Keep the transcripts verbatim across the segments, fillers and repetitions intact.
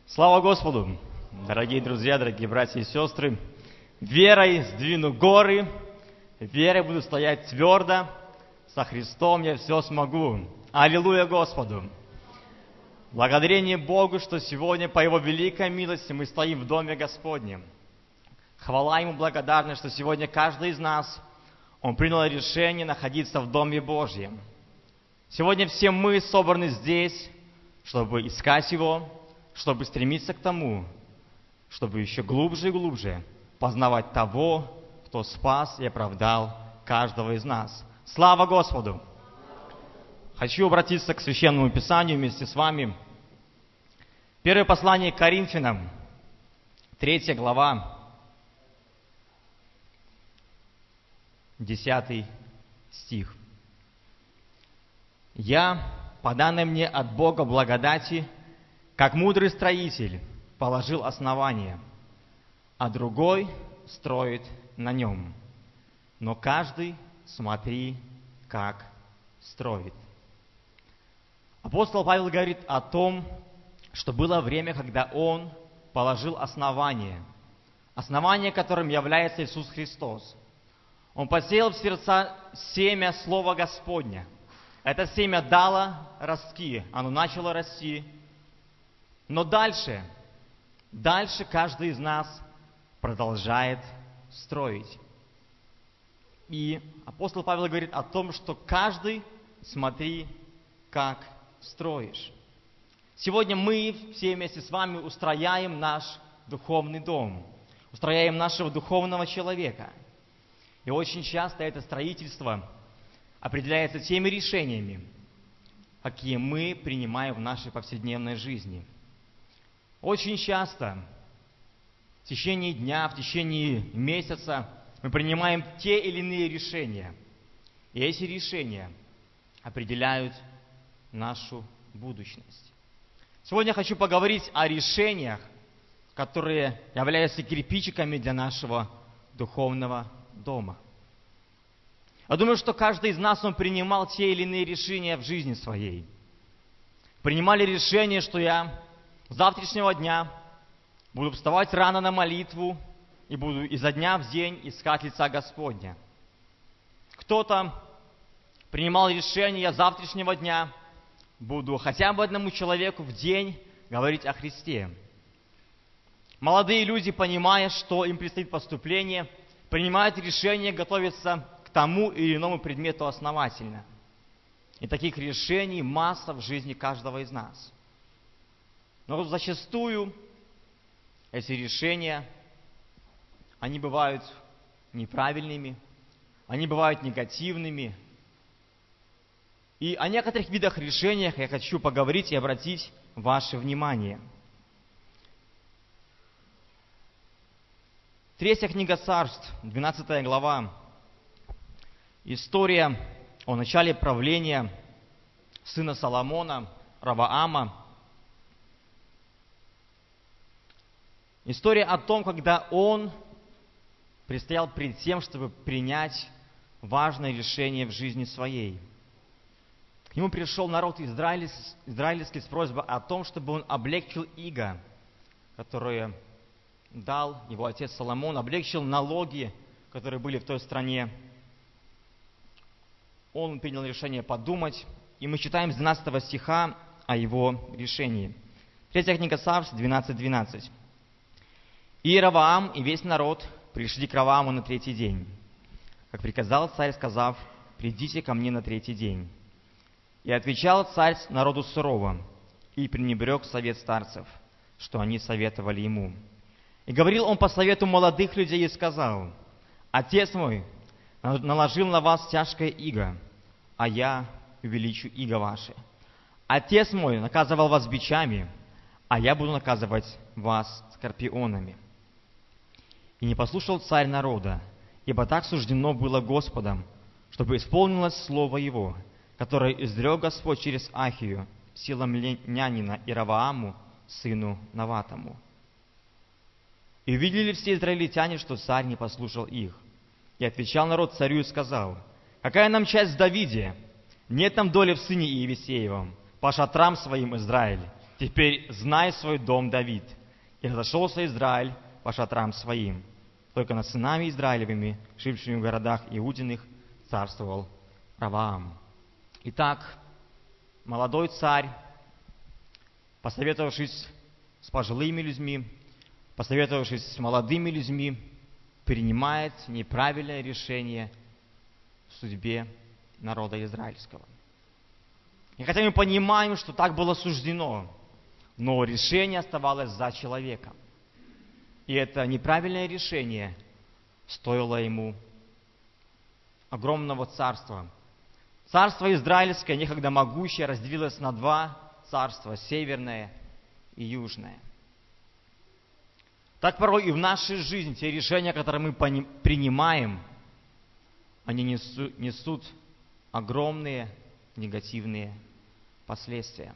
Слава Господу! Дорогие друзья, дорогие братья и сестры, верой сдвину горы, верой буду стоять твердо, со Христом я все смогу. Аллилуйя Господу! Благодарение Богу, что сегодня по Его великой милости мы стоим в Доме Господнем. Хвала Ему, благодарность, что сегодня каждый из нас, он принял решение находиться в Доме Божьем. Сегодня все мы собраны здесь, чтобы искать Его, чтобы стремиться к тому, чтобы еще глубже и глубже познавать того, кто спас и оправдал каждого из нас. Слава Господу! Хочу обратиться к Священному Писанию вместе с вами. Первое послание к Коринфянам, третья глава, десятый стих. «Я, по данной мне от Бога благодати, как мудрый строитель, положил основание, а другой строит на нем. Но каждый смотри, как строит». Апостол Павел говорит о том, что было время, когда он положил основание, основание, которым является Иисус Христос. Он посеял в сердца семя Слова Господня. Это семя дало ростки, оно начало расти. Но дальше, дальше каждый из нас продолжает строить. И апостол Павел говорит о том, что каждый смотри, как строишь. Сегодня мы все вместе с вами устрояем наш духовный дом, устрояем нашего духовного человека. И очень часто это строительство определяется теми решениями, какие мы принимаем в нашей повседневной жизни. Очень часто в течение дня, в течение месяца мы принимаем те или иные решения. И эти решения определяют нашу будущность. Сегодня я хочу поговорить о решениях, которые являются кирпичиками для нашего духовного дома. Я думаю, что каждый из нас, он принимал те или иные решения в жизни своей. Принимали решение, что я с завтрашнего дня буду вставать рано на молитву и буду изо дня в день искать лица Господня. Кто-то принимал решение, я с завтрашнего дня буду хотя бы одному человеку в день говорить о Христе. Молодые люди, понимая, что им предстоит поступление, принимают решение готовиться к тому или иному предмету основательно. И таких решений масса в жизни каждого из нас. Но зачастую эти решения, они бывают неправильными, они бывают негативными. И о некоторых видах решений я хочу поговорить и обратить ваше внимание. Третья книга Царств, двенадцатая глава. История о начале правления сына Соломона, Раваама. История о том, когда он предстоял перед тем, чтобы принять важное решение в жизни своей. К нему пришел народ израильский с просьбой о том, чтобы он облегчил иго, которое дал его отец Соломон, облегчил налоги, которые были в той стране. Он принял решение подумать, и мы читаем с двенадцатого стиха о его решении. Третья книга Царств, двенадцать двенадцать. «И Раваам, и весь народ пришли к Равааму на третий день, как приказал царь, сказав: придите ко мне на третий день. И отвечал царь народу сурово, и пренебрег совет старцев, что они советовали ему. И говорил он по совету молодых людей и сказал: отец мой наложил на вас тяжкое иго, а я увеличу иго ваше. Отец мой наказывал вас бичами, а я буду наказывать вас скорпионами. И не послушал царь народа, ибо так суждено было Господом, чтобы исполнилось слово его, которое изрек Господь через Ахию, силомлянина Иравааму, сыну Наватому. И увидели все израильтяне, что царь не послушал их. И отвечал народ царю и сказал: какая нам часть в Давиде? Нет нам доли в сыне Иевесеевом, по шатрам своим Израиль. Теперь знай свой дом, Давид, и разошелся Израиль по шатрам своим. Только над сынами Израилевыми, жившими в городах Иудиных, царствовал Раваам. Итак, молодой царь, посоветовавшись с пожилыми людьми, посоветовавшись с молодыми людьми, принимает неправильное решение в судьбе народа израильского. И хотя мы понимаем, что так было суждено, но решение оставалось за человеком. И это неправильное решение стоило ему огромного царства. Царство израильское, некогда могущее, разделилось на два царства, северное и южное. Так порой и в нашей жизни те решения, которые мы принимаем, они несут, несут огромные негативные последствия.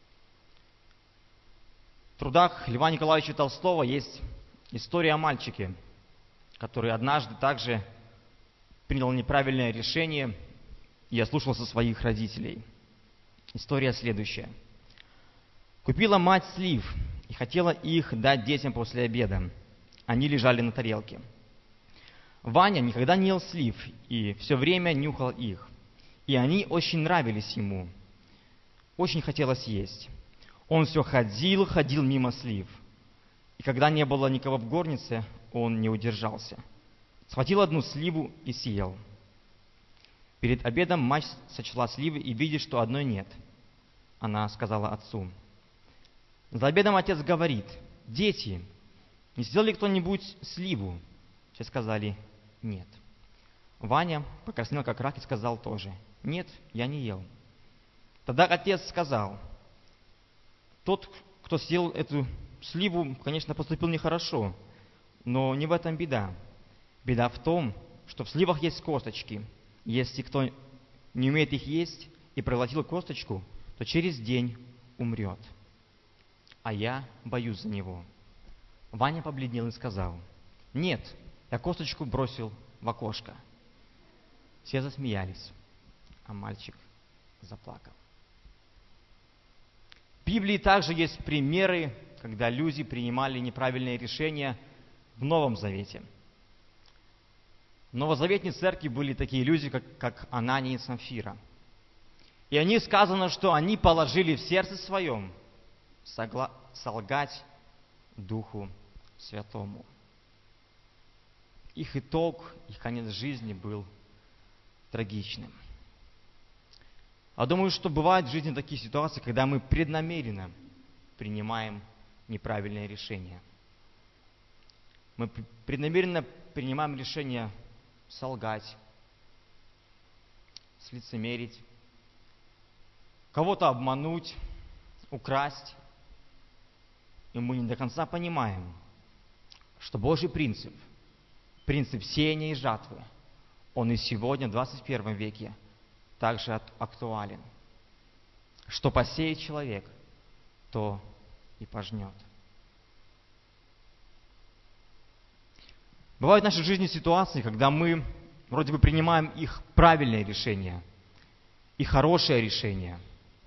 В трудах Льва Николаевича Толстого есть история о мальчике, который однажды также принял неправильное решение и ослушался своих родителей. История следующая. Купила мать слив и хотела их дать детям после обеда. Они лежали на тарелке. Ваня никогда не ел слив и все время нюхал их. И они очень нравились ему. Очень хотелось есть. Он все ходил, ходил мимо слив. И когда не было никого в горнице, он не удержался. Схватил одну сливу и съел. Перед обедом мать сочла сливы и видит, что одной нет. Она сказала отцу. За обедом отец говорит: «Дети, не съел ли кто-нибудь сливу?» Все сказали: «Нет». Ваня покраснел как рак и сказал тоже: «Нет, я не ел». Тогда отец сказал: «Тот, кто съел эту сливу, конечно, поступил нехорошо, но не в этом беда. Беда в том, что в сливах есть косточки. Если кто не умеет их есть и проглотил косточку, то через день умрет. А я боюсь за него». Ваня побледнел и сказал: «Нет, я косточку бросил в окошко». Все засмеялись, а мальчик заплакал. В Библии также есть примеры, когда люди принимали неправильные решения в Новом Завете. В Новозаветной церкви были такие люди, как, как Анания и Самфира. И о них сказано, что они положили в сердце своем согла- солгать Духу Святому. Их итог, их конец жизни был трагичным. А думаю, что бывают в жизни такие ситуации, когда мы преднамеренно принимаем неправильные решения. Мы преднамеренно принимаем решение солгать, слицемерить, кого-то обмануть, украсть. И мы не до конца понимаем, что Божий принцип, принцип сеяния и жатвы, он и сегодня, в двадцать первом веке, также актуален. Что посеет человек, то и пожнет. Бывают в нашей жизни ситуации, когда мы вроде бы принимаем их правильные решения, и хорошие решения.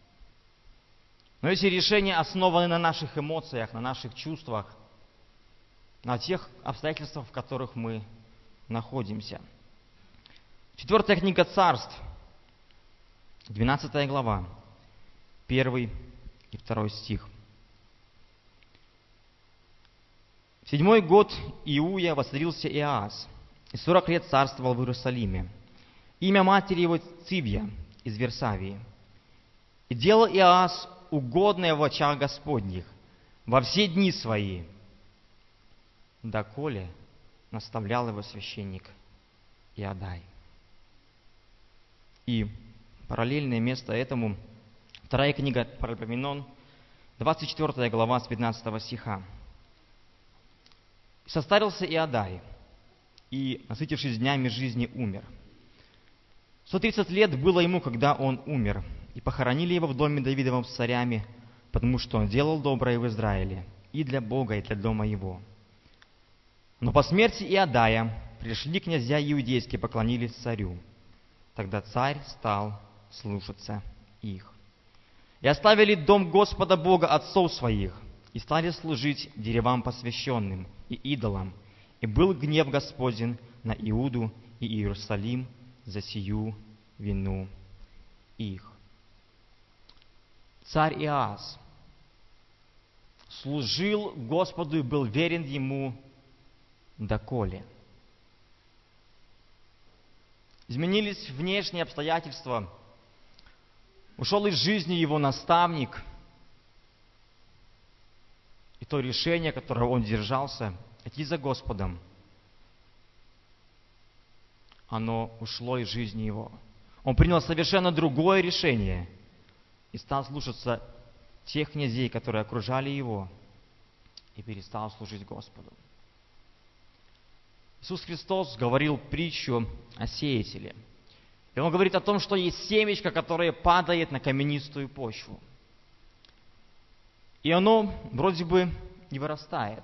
Но эти решения основаны на наших эмоциях, на наших чувствах, на тех обстоятельствах, в которых мы находимся. Четвертая книга Царств, двенадцатая глава, первый и второй стих. В седьмой год Иуя воцарился Иоас, и сорок лет царствовал в Иерусалиме. Имя матери его Цивья из Версавии. И делал Иоас угодное в очах Господних во все дни свои, доколе наставлял его священник Иодай. И параллельное место этому, вторая книга Паралипоменон, двадцать четвёртая глава с пятнадцатого стиха. «И состарился Иодай, и, насытившись днями жизни, умер. сто тридцать лет было ему, когда он умер, и похоронили его в доме Давидовом с царями, потому что он делал доброе в Израиле, и для Бога, и для дома его. Но по смерти Иодая пришли князья иудейские, поклонились царю. Тогда царь стал слушаться их. И оставили дом Господа Бога отцов своих, и стали служить деревам посвященным и идолам. И был гнев Господень на Иуду и Иерусалим за сию вину их. Царь Иоас служил Господу и был верен Ему доколе. Изменились внешние обстоятельства. Ушел из жизни его наставник. И то решение, которого он держался, идти за Господом, оно ушло из жизни его. Он принял совершенно другое решение и стал слушаться тех князей, которые окружали его, и перестал служить Господу. Иисус Христос говорил притчу о сеятеле. И Он говорит о том, что есть семечко, которое падает на каменистую почву. И оно вроде бы не вырастает.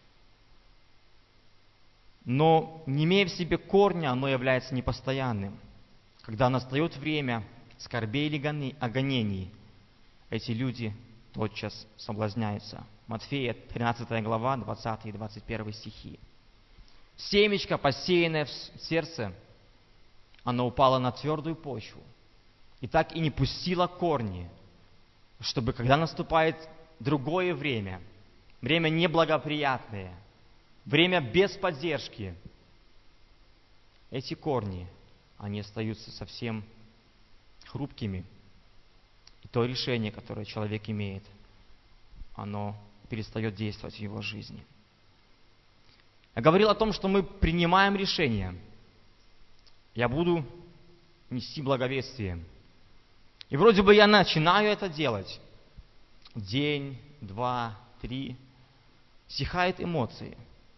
Но, не имея в себе корня, оно является непостоянным. Когда настает время скорбей или огонений, эти люди тотчас соблазняются. Матфея, тринадцатая глава, двадцатый и двадцать первый стихи. Семечко, посеянное в сердце, оно упало на твердую почву и так и не пустило корни, чтобы, когда наступает другое время, время неблагоприятное, время без поддержки, эти корни, они остаются совсем хрупкими. И то решение, которое человек имеет, оно перестает действовать в его жизни. Я говорил о том, что мы принимаем решение. Я буду нести благовестие. И вроде бы я начинаю это делать. День, два, три. Стихают эмоции.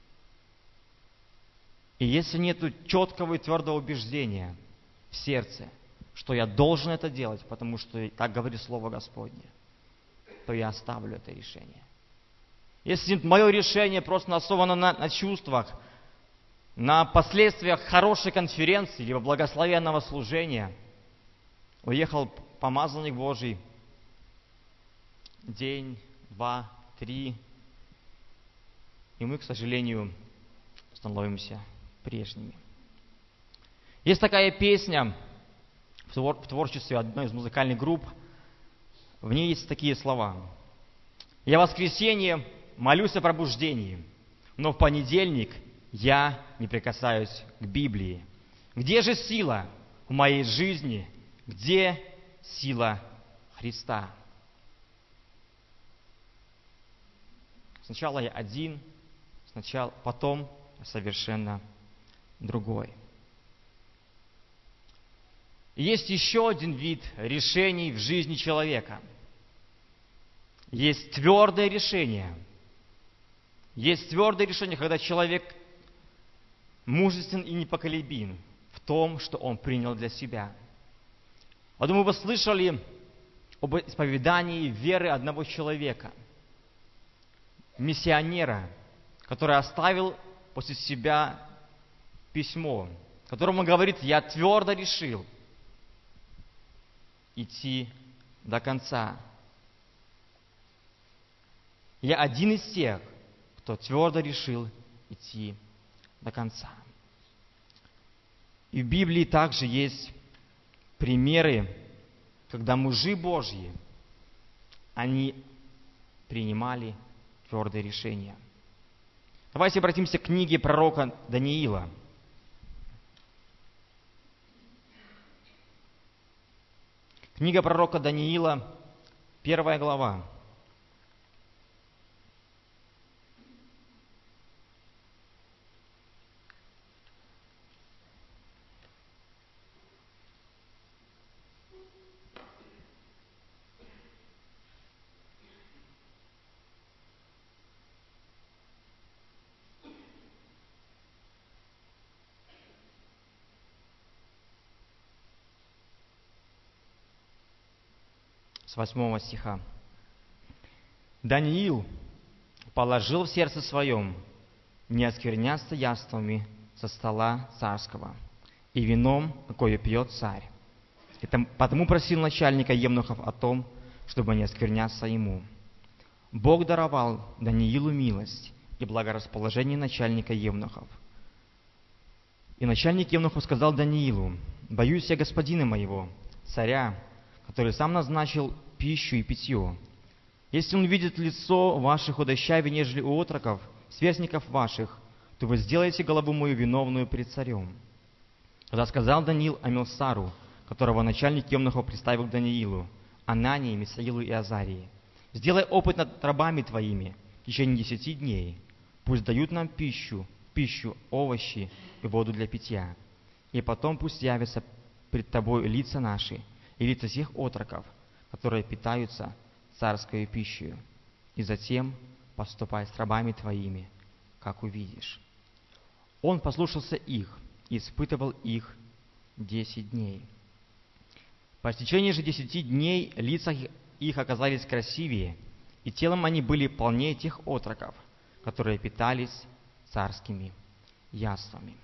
И если нет четкого и твердого убеждения в сердце, что я должен это делать, потому что так говорит Слово Господне, то я оставлю это решение. Если мое решение просто основано на, на чувствах, на последствиях хорошей конференции, либо благословенного служения, уехал помазанник Божий, день, два, три, и мы, к сожалению, становимся прежними. Есть такая песня в творчестве одной из музыкальных групп, в ней есть такие слова. «Я в воскресенье молюсь о пробуждении, но в понедельник я не прикасаюсь к Библии. Где же сила в моей жизни? Где сила Христа?» Сначала я один, сначала, потом совершенно другой. И есть еще один вид решений в жизни человека. Есть твердое решение. Есть твердое решение, когда человек мужествен и непоколебим в том, что он принял для себя. Я думаю, вы слышали об исповедании веры одного человека, миссионера, который оставил после себя письмо, в котором он говорит: «Я твердо решил идти до конца. Я один из тех, кто твердо решил идти до конца». И в Библии также есть примеры, когда мужи Божьи, они принимали твердые решения. Давайте обратимся к книге пророка Даниила. Книга пророка Даниила, первая глава. С восьмого стиха. «Даниил положил в сердце своем не оскверняться яствами со стола царского и вином, какое пьет царь. И потому просил начальника евнухов о том, чтобы не оскверняться ему. Бог даровал Даниилу милость и благорасположение начальника евнухов. И начальник евнухов сказал Даниилу: «Боюсь я господина моего, царя, который сам назначил пищу и питье. Если он видит лицо ваше худощавее, нежели у отроков, сверстников ваших, то вы сделаете голову мою виновную пред царем». Тогда сказал Даниил Амилсару, которого начальник евнухов представил к Даниилу, Анании, Мисаилу и Азарии: «Сделай опыт над рабами твоими в течение десяти дней. Пусть дают нам пищу, пищу, овощи и воду для питья. И потом пусть явятся пред тобой лица наши и лица всех отроков, которые питаются царской пищей. И затем поступай с рабами твоими, как увидишь». Он послушался их и испытывал их десять дней. По истечении же десяти дней лица их оказались красивее, и телом они были полнее тех отроков, которые питались царскими яствами.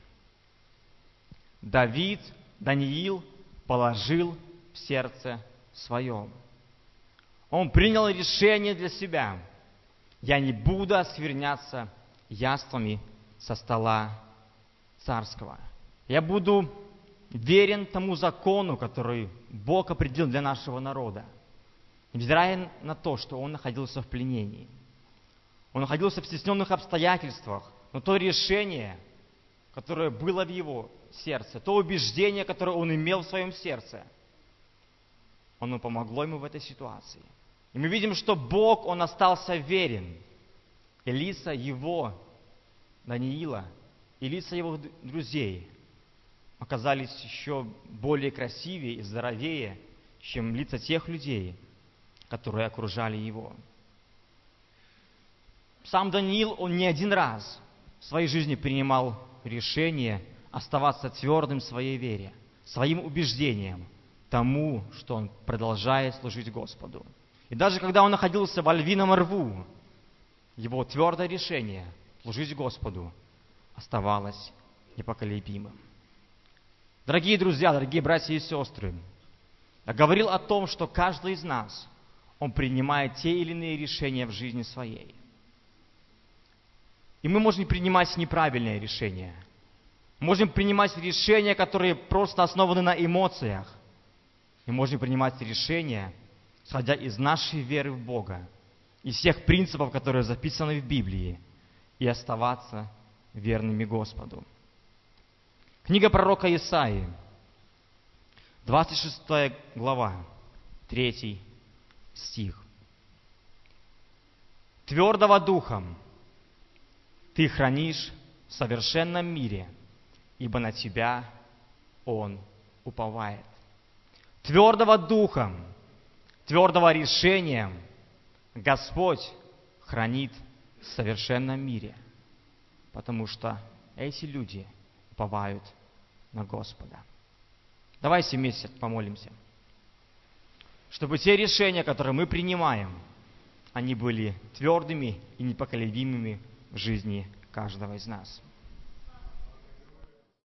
Давид, Даниил положил в сердце своем. Он принял решение для себя: я не буду оскверняться яствами со стола царского. Я буду верен тому закону, который Бог определил для нашего народа, невзирая на то, что он находился в пленении. Он находился в стесненных обстоятельствах, но то решение, которое было в его сердце, то убеждение, которое он имел в своем сердце, оно помогло ему в этой ситуации. И мы видим, что Бог, Он остался верен. И лица его, Даниила, и лица его друзей оказались еще более красивее и здоровее, чем лица тех людей, которые окружали его. Сам Даниил, он не один раз в своей жизни принимал решение оставаться твердым в своей вере, своим убеждением, тому, что он продолжает служить Господу. И даже когда он находился во львином рву, его твердое решение служить Господу оставалось непоколебимым. Дорогие друзья, дорогие братья и сестры, я говорил о том, что каждый из нас, он принимает те или иные решения в жизни своей. И мы можем принимать неправильные решения. Можем принимать решения, которые просто основаны на эмоциях. И можем принимать решения, исходя из нашей веры в Бога, из всех принципов, которые записаны в Библии, и оставаться верными Господу. Книга пророка Исаии, двадцать шестая глава, третий стих. «Твердого духом ты хранишь в совершенном мире, ибо на тебя он уповает». Твердого духом, твердого решением Господь хранит в совершенном мире, потому что эти люди уповают на Господа. Давайте вместе помолимся, чтобы те решения, которые мы принимаем, они были твердыми и непоколебимыми в жизни каждого из нас.